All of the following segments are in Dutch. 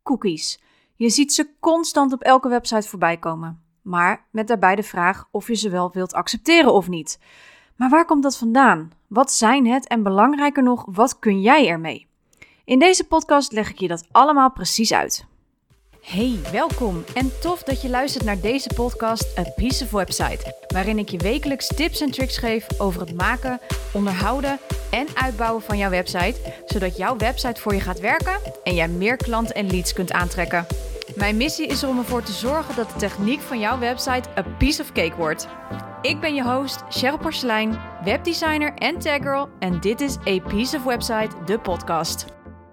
cookies. Je ziet ze constant op elke website voorbij komen. Maar met daarbij de vraag of je ze wel wilt accepteren of niet. Maar waar komt dat vandaan? Wat zijn het en belangrijker nog, wat kun jij ermee? In deze podcast leg ik je dat allemaal precies uit. Hey, welkom en tof dat je luistert naar deze podcast A Piece of Website, waarin ik je wekelijks tips en tricks geef over het maken, onderhouden en uitbouwen van jouw website, zodat jouw website voor je gaat werken en jij meer klanten en leads kunt aantrekken. Mijn missie is er om ervoor te zorgen dat de techniek van jouw website a piece of cake wordt. Ik ben je host, Cheryl Porcelein, webdesigner en taggirl en dit is A Piece of Website, de podcast.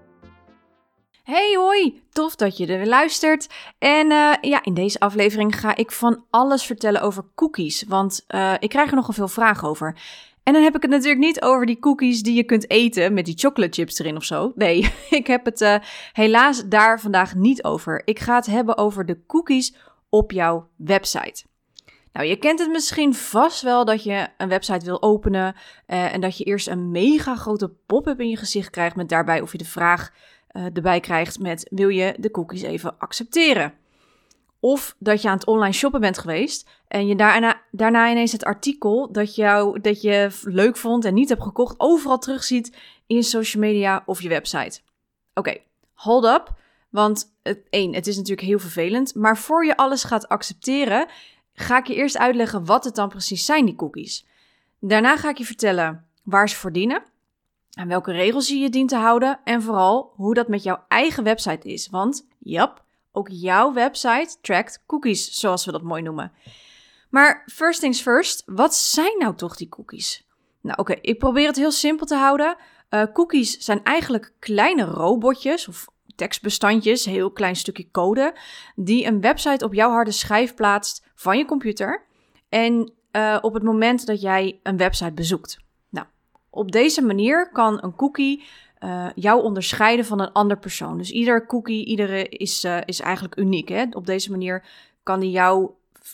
Hey hoi, tof dat je er weer luistert. En in deze aflevering ga ik van alles vertellen over cookies, want ik krijg er nogal veel vragen over. En dan heb ik het natuurlijk niet over die cookies die je kunt eten met die chocolate chips erin of zo. Nee, ik heb het helaas daar vandaag niet over. Ik ga het hebben over de cookies op jouw website. Nou, je kent het misschien vast wel dat je een website wil openen en dat je eerst een mega grote pop-up in je gezicht krijgt met daarbij of je de vraag erbij krijgt met wil je de cookies even accepteren? Of dat je aan het online shoppen bent geweest en je daarna ineens het artikel dat je leuk vond en niet hebt gekocht overal terugziet in je social media of je website. Oké, hold up, want het is natuurlijk heel vervelend, maar voor je alles gaat accepteren, ga ik je eerst uitleggen wat het dan precies zijn, die cookies. Daarna ga ik je vertellen waar ze voor dienen, aan welke regels je dient te houden en vooral hoe dat met jouw eigen website is. Want, ook jouw website trackt cookies, zoals we dat mooi noemen. Maar first things first, wat zijn nou toch die cookies? Nou oké, ik probeer het heel simpel te houden. Cookies zijn eigenlijk kleine robotjes of tekstbestandjes, een heel klein stukje code, die een website op jouw harde schijf plaatst van je computer en op het moment dat jij een website bezoekt. Nou, op deze manier kan een cookie jou onderscheiden van een ander persoon. Dus iedere cookie, is eigenlijk uniek. Hè? Op deze manier kan die jou,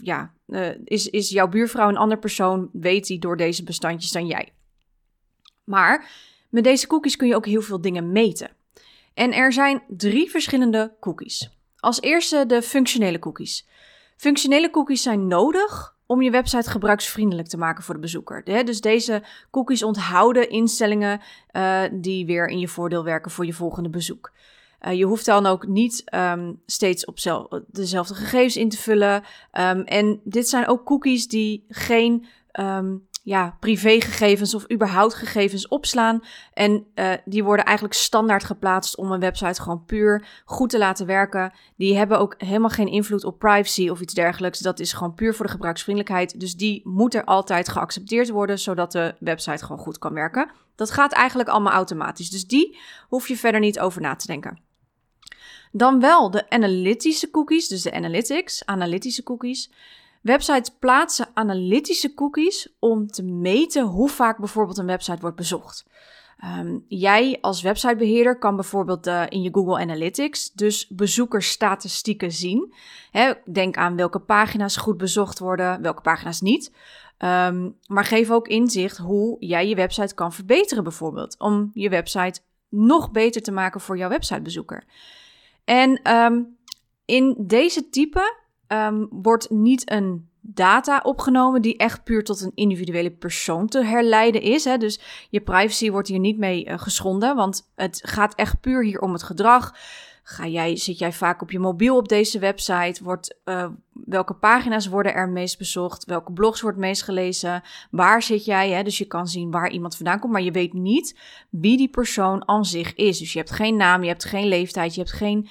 is jouw buurvrouw een ander persoon, weet die door deze bestandjes dan jij. Maar met deze cookies kun je ook heel veel dingen meten. En er zijn 3 verschillende cookies. Als eerste de functionele cookies. Functionele cookies zijn nodig om je website gebruiksvriendelijk te maken voor de bezoeker. Dus deze cookies onthouden instellingen die weer in je voordeel werken voor je volgende bezoek. Je hoeft dan ook niet steeds op dezelfde gegevens in te vullen. En dit zijn ook cookies die geen privégegevens of überhaupt gegevens opslaan. En die worden eigenlijk standaard geplaatst om een website gewoon puur goed te laten werken. Die hebben ook helemaal geen invloed op privacy of iets dergelijks. Dat is gewoon puur voor de gebruiksvriendelijkheid. Dus die moet er altijd geaccepteerd worden, zodat de website gewoon goed kan werken. Dat gaat eigenlijk allemaal automatisch. Dus die hoef je verder niet over na te denken. Dan wel de analytische cookies, dus de analytische cookies. Websites plaatsen analytische cookies om te meten hoe vaak bijvoorbeeld een website wordt bezocht. Jij als websitebeheerder kan bijvoorbeeld in je Google Analytics dus bezoekersstatistieken zien. Denk aan welke pagina's goed bezocht worden, welke pagina's niet. Maar geef ook inzicht hoe jij je website kan verbeteren bijvoorbeeld. Om je website nog beter te maken voor jouw websitebezoeker. En in deze type wordt niet een data opgenomen die echt puur tot een individuele persoon te herleiden is. Hè? Dus je privacy wordt hier niet mee geschonden, want het gaat echt puur hier om het gedrag. Zit jij vaak op je mobiel op deze website? Welke pagina's worden er meest bezocht? Welke blogs wordt meest gelezen? Waar zit jij? Hè? Dus je kan zien waar iemand vandaan komt, maar je weet niet wie die persoon aan zich is. Dus je hebt geen naam, je hebt geen leeftijd, je hebt geen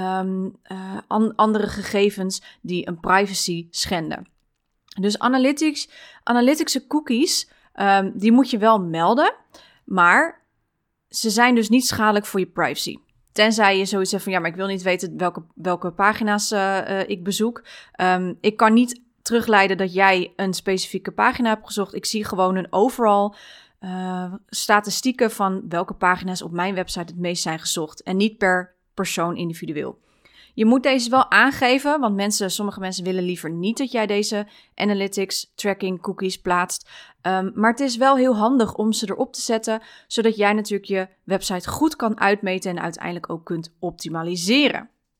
andere gegevens die een privacy schenden. Dus analytische cookies, die moet je wel melden, maar ze zijn dus niet schadelijk voor je privacy. Tenzij je zoiets zegt van ja, maar ik wil niet weten welke pagina's ik bezoek. Ik kan niet terugleiden dat jij een specifieke pagina hebt gezocht. Ik zie gewoon een overall statistieken van welke pagina's op mijn website het meest zijn gezocht. En niet per persoon individueel. Je moet deze wel aangeven, want sommige mensen willen liever niet dat jij deze analytics tracking cookies plaatst. Maar het is wel heel handig om ze erop te zetten, zodat jij natuurlijk je website goed kan uitmeten en uiteindelijk ook kunt optimaliseren.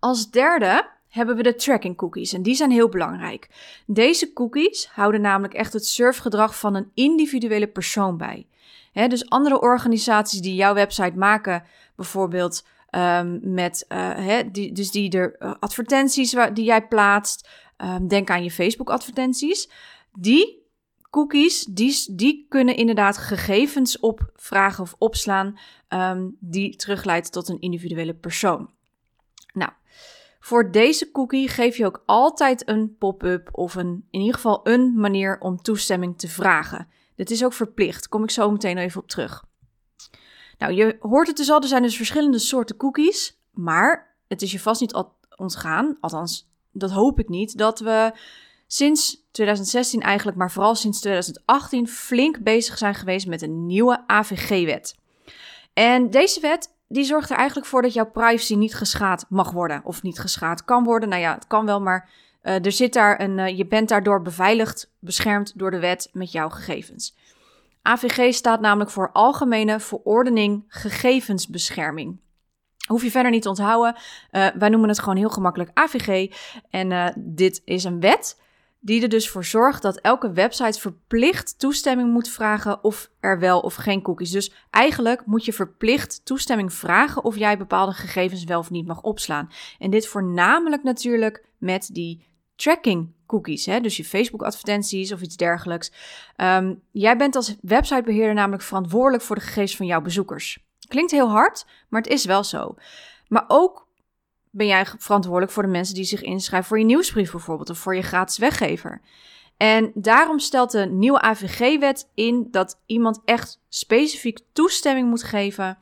Als derde hebben we de tracking cookies en die zijn heel belangrijk. Deze cookies houden namelijk echt het surfgedrag van een individuele persoon bij. Dus andere organisaties die jouw website maken, bijvoorbeeld advertenties die jij plaatst, denk aan je Facebook advertenties, die cookies, die kunnen inderdaad gegevens opvragen of opslaan die terugleidt tot een individuele persoon. Nou, voor deze cookie geef je ook altijd een pop-up of in ieder geval een manier om toestemming te vragen. Dit is ook verplicht, kom ik zo meteen even op terug. Nou, je hoort het dus al, er zijn dus verschillende soorten cookies, maar het is je vast niet ontgaan, althans dat hoop ik niet, dat we sinds 2016 eigenlijk, maar vooral sinds 2018 flink bezig zijn geweest met een nieuwe AVG-wet. En deze wet die zorgt er eigenlijk voor dat jouw privacy niet geschaad mag worden of niet geschaad kan worden. Nou ja, het kan wel, maar er zit daar je bent daardoor beveiligd, beschermd door de wet met jouw gegevens. AVG staat namelijk voor Algemene Verordening Gegevensbescherming. Hoef je verder niet te onthouden. Wij noemen het gewoon heel gemakkelijk AVG. En dit is een wet die er dus voor zorgt dat elke website verplicht toestemming moet vragen of er wel of geen cookies. Dus eigenlijk moet je verplicht toestemming vragen of jij bepaalde gegevens wel of niet mag opslaan. En dit voornamelijk natuurlijk met die tracking cookies, dus je Facebook advertenties of iets dergelijks. Jij bent als websitebeheerder namelijk verantwoordelijk voor de gegevens van jouw bezoekers. Klinkt heel hard, maar het is wel zo. Maar ook ben jij verantwoordelijk voor de mensen die zich inschrijven voor je nieuwsbrief bijvoorbeeld of voor je gratis weggever. En daarom stelt de nieuwe AVG-wet in dat iemand echt specifiek toestemming moet geven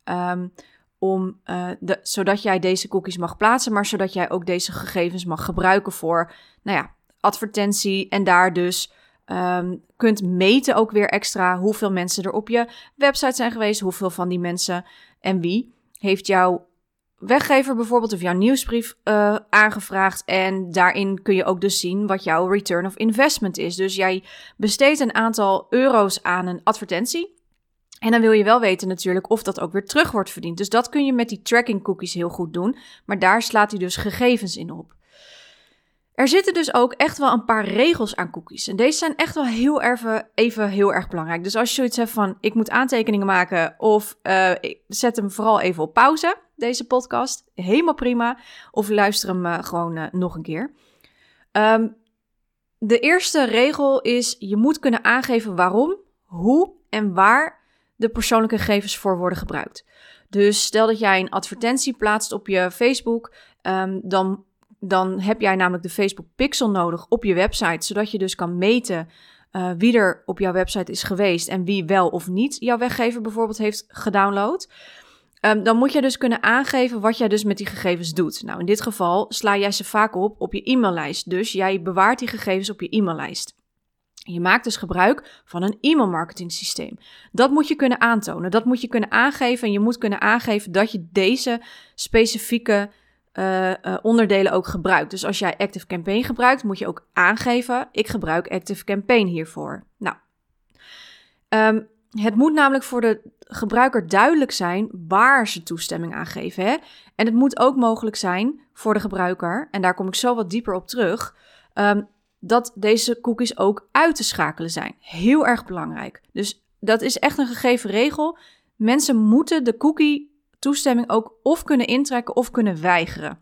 zodat jij deze cookies mag plaatsen, maar zodat jij ook deze gegevens mag gebruiken voor, advertentie en daar dus kunt meten ook weer extra hoeveel mensen er op je website zijn geweest, hoeveel van die mensen en wie heeft jouw weggever bijvoorbeeld of jouw nieuwsbrief aangevraagd. En daarin kun je ook dus zien wat jouw return of investment is. Dus jij besteedt een aantal euro's aan een advertentie. En dan wil je wel weten natuurlijk of dat ook weer terug wordt verdiend. Dus dat kun je met die tracking cookies heel goed doen. Maar daar slaat hij dus gegevens in op. Er zitten dus ook echt wel een paar regels aan cookies. En deze zijn echt wel heel erg belangrijk. Dus als je zoiets hebt van, ik moet aantekeningen maken of ik zet hem vooral even op pauze, deze podcast. Helemaal prima. Of luister hem gewoon nog een keer. De eerste regel is, je moet kunnen aangeven waarom, hoe en waar de persoonlijke gegevens voor worden gebruikt. Dus stel dat jij een advertentie plaatst op je Facebook, dan heb jij namelijk de Facebook Pixel nodig op je website, zodat je dus kan meten wie er op jouw website is geweest en wie wel of niet jouw weggever bijvoorbeeld heeft gedownload. Dan moet jij dus kunnen aangeven wat jij dus met die gegevens doet. Nou, in dit geval sla jij ze vaak op je e-maillijst. Dus jij bewaart die gegevens op je e-maillijst. Je maakt dus gebruik van een e-mailmarketing systeem. Dat moet je kunnen aantonen. Dat moet je kunnen aangeven. En je moet kunnen aangeven dat je deze specifieke onderdelen ook gebruikt. Dus als jij ActiveCampaign gebruikt, moet je ook aangeven, ik gebruik ActiveCampaign hiervoor. Nou, het moet namelijk voor de gebruiker duidelijk zijn waar ze toestemming aangeven. Hè? En het moet ook mogelijk zijn voor de gebruiker, en daar kom ik zo wat dieper op terug, dat deze cookies ook uit te schakelen zijn. Heel erg belangrijk. Dus dat is echt een gegeven regel. Mensen moeten de cookie toestemming ook of kunnen intrekken of kunnen weigeren.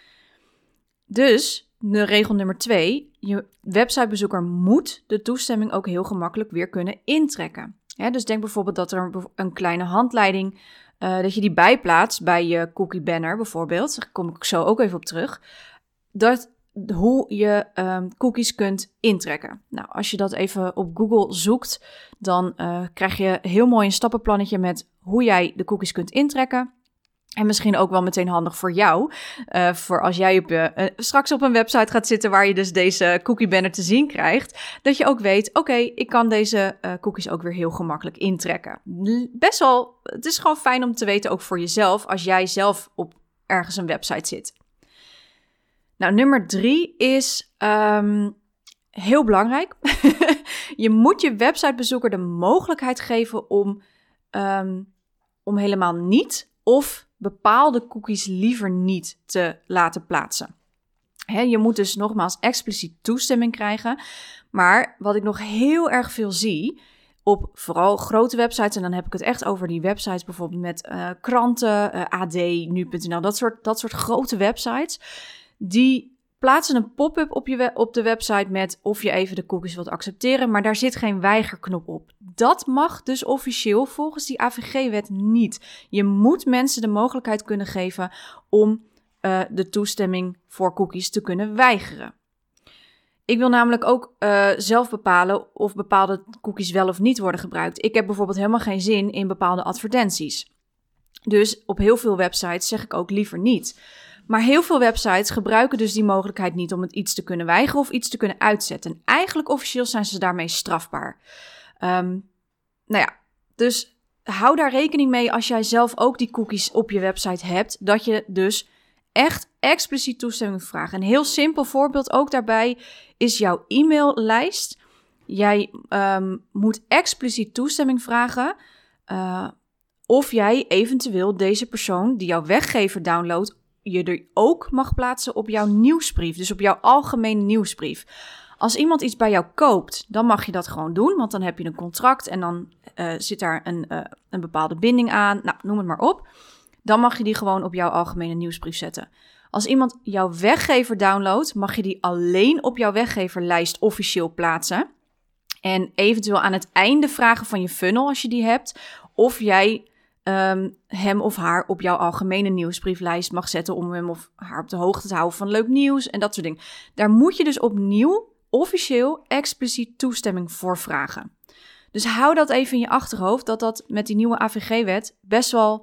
Dus, de regel nummer 2, je websitebezoeker moet de toestemming ook heel gemakkelijk weer kunnen intrekken. Dus denk bijvoorbeeld dat er een kleine handleiding, dat je die bijplaatst bij je cookie banner bijvoorbeeld. Daar kom ik zo ook even op terug. Hoe je cookies kunt intrekken. Nou, als je dat even op Google zoekt, dan krijg je heel mooi een stappenplannetje met hoe jij de cookies kunt intrekken. En misschien ook wel meteen handig voor jou, voor als jij straks op een website gaat zitten waar je dus deze cookie banner te zien krijgt, dat je ook weet, oké, ik kan deze cookies ook weer heel gemakkelijk intrekken. Best wel, het is gewoon fijn om te weten, ook voor jezelf, als jij zelf op ergens een website zit. Nou, nummer 3 is heel belangrijk. Je moet je websitebezoeker de mogelijkheid geven om helemaal niet of bepaalde cookies liever niet te laten plaatsen. Je moet dus nogmaals expliciet toestemming krijgen. Maar wat ik nog heel erg veel zie op vooral grote websites, en dan heb ik het echt over die websites bijvoorbeeld met kranten, AD, nu.nl, dat soort grote websites, die plaatsen een pop-up op de website met of je even de cookies wilt accepteren, maar daar zit geen weigerknop op. Dat mag dus officieel volgens die AVG-wet niet. Je moet mensen de mogelijkheid kunnen geven om de toestemming voor cookies te kunnen weigeren. Ik wil namelijk ook zelf bepalen of bepaalde cookies wel of niet worden gebruikt. Ik heb bijvoorbeeld helemaal geen zin in bepaalde advertenties. Dus op heel veel websites zeg ik ook liever niet. Maar heel veel websites gebruiken dus die mogelijkheid niet om het iets te kunnen weigeren of iets te kunnen uitzetten. En eigenlijk officieel zijn ze daarmee strafbaar. Dus hou daar rekening mee als jij zelf ook die cookies op je website hebt, dat je dus echt expliciet toestemming vraagt. Een heel simpel voorbeeld ook daarbij is jouw e-maillijst. Jij moet expliciet toestemming vragen of jij eventueel deze persoon die jouw weggever downloadt, je er ook mag plaatsen op jouw nieuwsbrief. Dus op jouw algemene nieuwsbrief. Als iemand iets bij jou koopt, dan mag je dat gewoon doen, want dan heb je een contract en dan zit daar een bepaalde binding aan. Nou, noem het maar op. Dan mag je die gewoon op jouw algemene nieuwsbrief zetten. Als iemand jouw weggever downloadt, mag je die alleen op jouw weggeverlijst officieel plaatsen. En eventueel aan het einde vragen van je funnel, als je die hebt, of jij hem of haar op jouw algemene nieuwsbrieflijst mag zetten om hem of haar op de hoogte te houden van leuk nieuws en dat soort dingen. Daar moet je dus opnieuw officieel expliciet toestemming voor vragen. Dus hou dat even in je achterhoofd, dat met die nieuwe AVG-wet best wel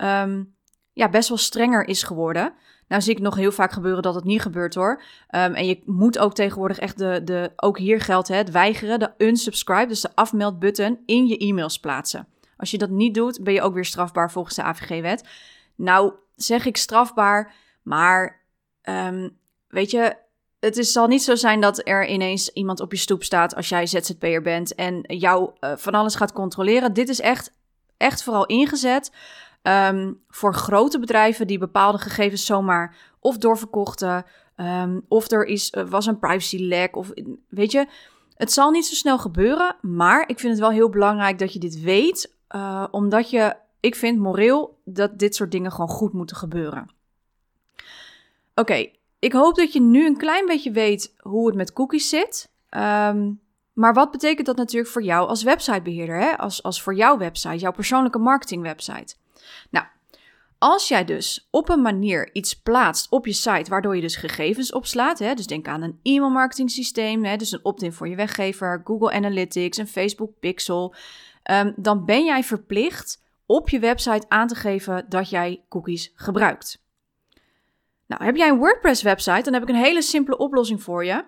strenger is geworden. Nou zie ik nog heel vaak gebeuren dat het niet gebeurt hoor. En je moet ook tegenwoordig echt ook hier geldt het weigeren, de unsubscribe, dus de afmeldbutton in je e-mails plaatsen. Als je dat niet doet, ben je ook weer strafbaar volgens de AVG-wet. Nou zeg ik strafbaar, maar weet je, zal niet zo zijn dat er ineens iemand op je stoep staat als jij ZZP'er bent en jou van alles gaat controleren. Dit is echt vooral ingezet voor grote bedrijven die bepaalde gegevens zomaar of doorverkochten, of was een privacylek, of weet je, het zal niet zo snel gebeuren, maar ik vind het wel heel belangrijk dat je dit weet, omdat ik vind moreel dat dit soort dingen gewoon goed moeten gebeuren. Oké, ik hoop dat je nu een klein beetje weet hoe het met cookies zit. Maar wat betekent dat natuurlijk voor jou als websitebeheerder, hè? Als voor jouw website, jouw persoonlijke marketingwebsite? Nou, als jij dus op een manier iets plaatst op je site waardoor je dus gegevens opslaat, hè? Dus denk aan een e-mailmarketing systeem, hè? Dus een opt-in voor je weggever, Google Analytics, een Facebook Pixel, dan ben jij verplicht op je website aan te geven dat jij cookies gebruikt. Nou, heb jij een WordPress-website, dan heb ik een hele simpele oplossing voor je.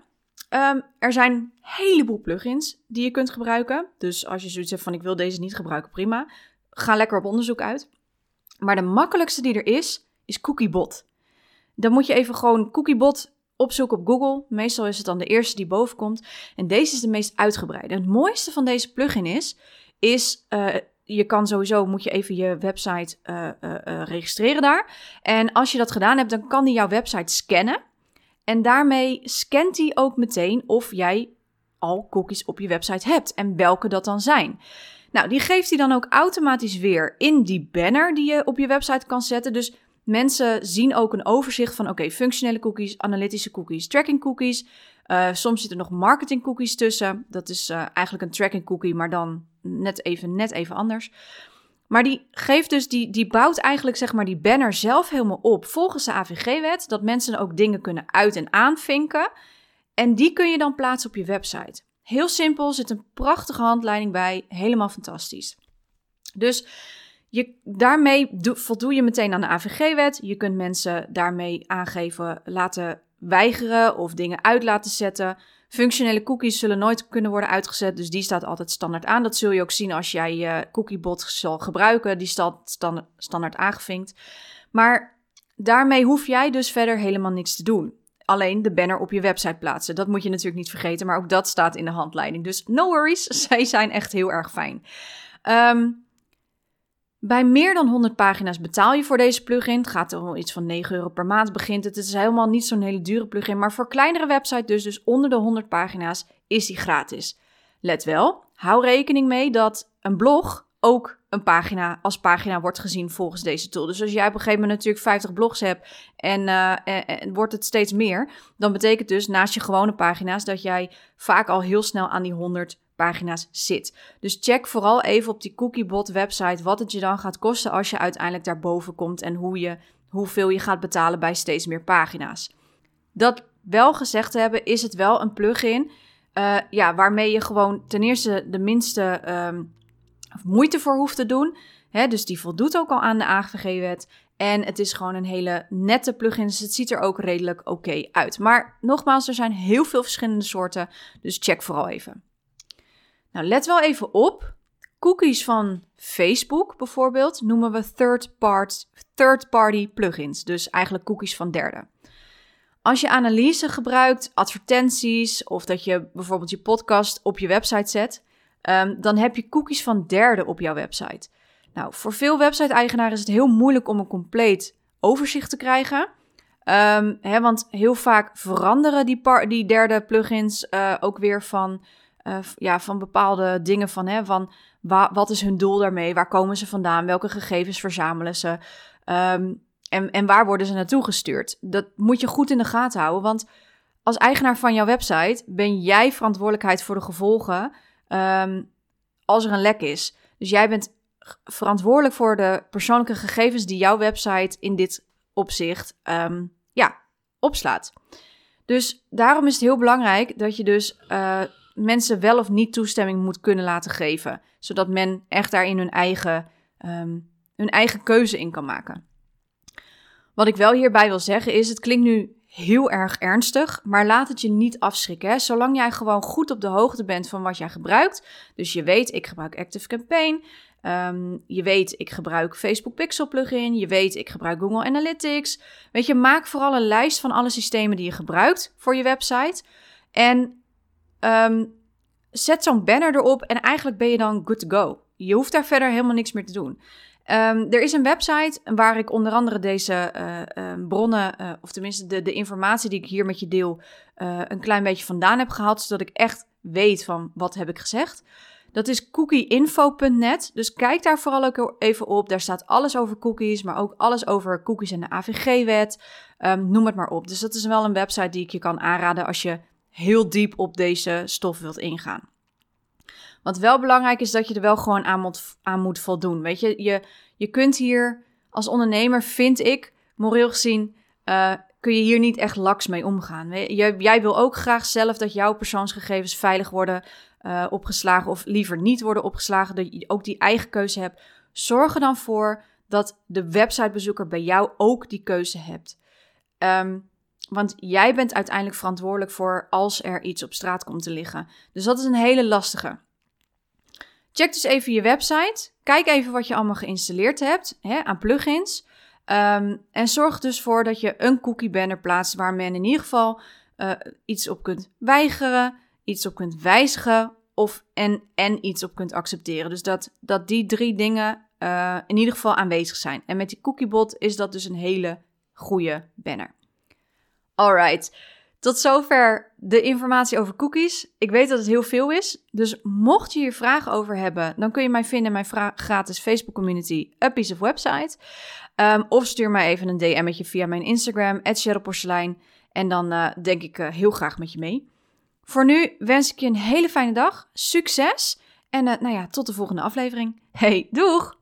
Er zijn een heleboel plugins die je kunt gebruiken. Dus als je zoiets hebt van ik wil deze niet gebruiken, prima. Ga lekker op onderzoek uit. Maar de makkelijkste die er is Cookiebot. Dan moet je even gewoon Cookiebot opzoeken op Google. Meestal is het dan de eerste die boven komt. En deze is de meest uitgebreide. En het mooiste van deze plugin is je kan sowieso, moet je even je website registreren daar. En als je dat gedaan hebt, dan kan die jouw website scannen. En daarmee scant hij ook meteen of jij al cookies op je website hebt en welke dat dan zijn. Nou, die geeft hij dan ook automatisch weer in die banner die je op je website kan zetten. Dus mensen zien ook een overzicht van oké, functionele cookies, analytische cookies, tracking cookies. Soms zitten er nog marketing cookies tussen. Dat is eigenlijk een tracking cookie, maar dan net even anders. Maar die geeft dus, die bouwt eigenlijk zeg maar die banner zelf helemaal op volgens de AVG-wet, dat mensen ook dingen kunnen uit- en aanvinken. En die kun je dan plaatsen op je website. Heel simpel, zit een prachtige handleiding bij, helemaal fantastisch. Dus daarmee voldoe je meteen aan de AVG-wet. Je kunt mensen daarmee aangeven, laten weigeren of dingen uit laten zetten. Functionele cookies zullen nooit kunnen worden uitgezet, dus die staat altijd standaard aan. Dat zul je ook zien als jij je cookiebot zal gebruiken. Die staat standaard aangevinkt. Maar daarmee hoef jij dus verder helemaal niks te doen. Alleen de banner op je website plaatsen. Dat moet je natuurlijk niet vergeten, maar ook dat staat in de handleiding. Dus no worries, zij zijn echt heel erg fijn. Bij meer dan 100 pagina's betaal je voor deze plugin. Het gaat om iets van €9 per maand begint het. Het is helemaal niet zo'n hele dure plugin. Maar voor kleinere websites, dus onder de 100 pagina's, is die gratis. Let wel, hou rekening mee dat een blog ook een pagina als pagina wordt gezien volgens deze tool. Dus als jij op een gegeven moment natuurlijk 50 blogs hebt en wordt het steeds meer, dan betekent dus naast je gewone pagina's dat jij vaak al heel snel aan die 100 pagina's zit. Dus check vooral even op die Cookiebot website wat het je dan gaat kosten als je uiteindelijk daarboven komt en hoeveel je gaat betalen bij steeds meer pagina's. Dat wel gezegd te hebben, is het wel een plugin waarmee je gewoon ten eerste de minste moeite voor hoeft te doen. Dus die voldoet ook al aan de AVG-wet. En het is gewoon een hele nette plugin, dus het ziet er ook redelijk oké uit. Maar nogmaals, er zijn heel veel verschillende soorten, dus check vooral even. Nou, let wel even op. Cookies van Facebook bijvoorbeeld noemen we third-party plugins. Dus eigenlijk cookies van derden. Als je analyse gebruikt, advertenties of dat je bijvoorbeeld je podcast op je website zet, dan heb je cookies van derden op jouw website. Nou, voor veel website-eigenaren is het heel moeilijk om een compleet overzicht te krijgen. Want heel vaak veranderen die derde plugins ook weer van bepaalde dingen van wat is hun doel daarmee, waar komen ze vandaan, welke gegevens verzamelen ze en waar worden ze naartoe gestuurd. Dat moet je goed in de gaten houden, want als eigenaar van jouw website ben jij verantwoordelijkheid voor de gevolgen als er een lek is. Dus jij bent verantwoordelijk voor de persoonlijke gegevens die jouw website in dit opzicht opslaat. Dus daarom is het heel belangrijk dat je dus mensen wel of niet toestemming moet kunnen laten geven, zodat men echt daarin hun eigen keuze in kan maken. Wat ik wel hierbij wil zeggen is, het klinkt nu heel erg ernstig, maar laat het je niet afschrikken. Hè? Zolang jij gewoon goed op de hoogte bent van wat jij gebruikt, dus je weet, ik gebruik ActiveCampaign, je weet, ik gebruik Facebook Pixel plugin, je weet, ik gebruik Google Analytics. Weet je, maak vooral een lijst van alle systemen die je gebruikt voor je website en zet zo'n banner erop en eigenlijk ben je dan good to go. Je hoeft daar verder helemaal niks meer te doen. Er is een website waar ik onder andere deze bronnen, of tenminste de informatie die ik hier met je deel, een klein beetje vandaan heb gehaald, zodat ik echt weet van wat heb ik gezegd. Dat is cookieinfo.net, dus kijk daar vooral ook even op. Daar staat alles over cookies, maar ook alles over cookies en de AVG-wet. Noem het maar op. Dus dat is wel een website die ik je kan aanraden als je heel diep op deze stof wilt ingaan. Wat wel belangrijk is dat je er wel gewoon aan moet voldoen. Weet je, je kunt hier als ondernemer, vind ik, moreel gezien, kun je hier niet echt laks mee omgaan. Jij wil ook graag zelf dat jouw persoonsgegevens veilig worden opgeslagen of liever niet worden opgeslagen, dat je ook die eigen keuze hebt. Zorg er dan voor dat de websitebezoeker bij jou ook die keuze hebt. Want jij bent uiteindelijk verantwoordelijk voor als er iets op straat komt te liggen. Dus dat is een hele lastige. Check dus even je website. Kijk even wat je allemaal geïnstalleerd hebt aan plugins. En zorg dus voor dat je een cookie banner plaatst waar men in ieder geval iets op kunt weigeren, iets op kunt wijzigen en iets op kunt accepteren. Dus dat die 3 dingen in ieder geval aanwezig zijn. En met die cookiebot is dat dus een hele goede banner. Alright, tot zover de informatie over cookies. Ik weet dat het heel veel is, dus mocht je hier vragen over hebben, dan kun je mij vinden in mijn gratis Facebook community A Piece of Website. Of stuur mij even een DM'tje via mijn Instagram, @cherylporselein. En dan denk ik heel graag met je mee. Voor nu wens ik je een hele fijne dag, succes en tot de volgende aflevering. Hey, doeg!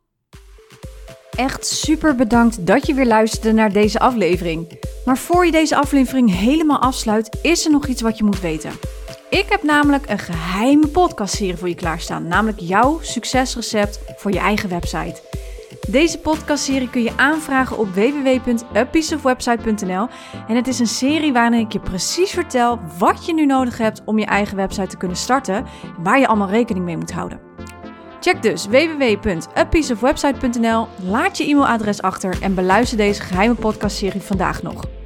Echt super bedankt dat je weer luisterde naar deze aflevering. Maar voor je deze aflevering helemaal afsluit, is er nog iets wat je moet weten. Ik heb namelijk een geheime podcastserie voor je klaarstaan, namelijk jouw succesrecept voor je eigen website. Deze podcastserie kun je aanvragen op www.apieceofwebsite.nl en het is een serie waarin ik je precies vertel wat je nu nodig hebt om je eigen website te kunnen starten en waar je allemaal rekening mee moet houden. Check dus www.apieceofwebsite.nl, laat je e-mailadres achter en beluister deze geheime podcastserie vandaag nog.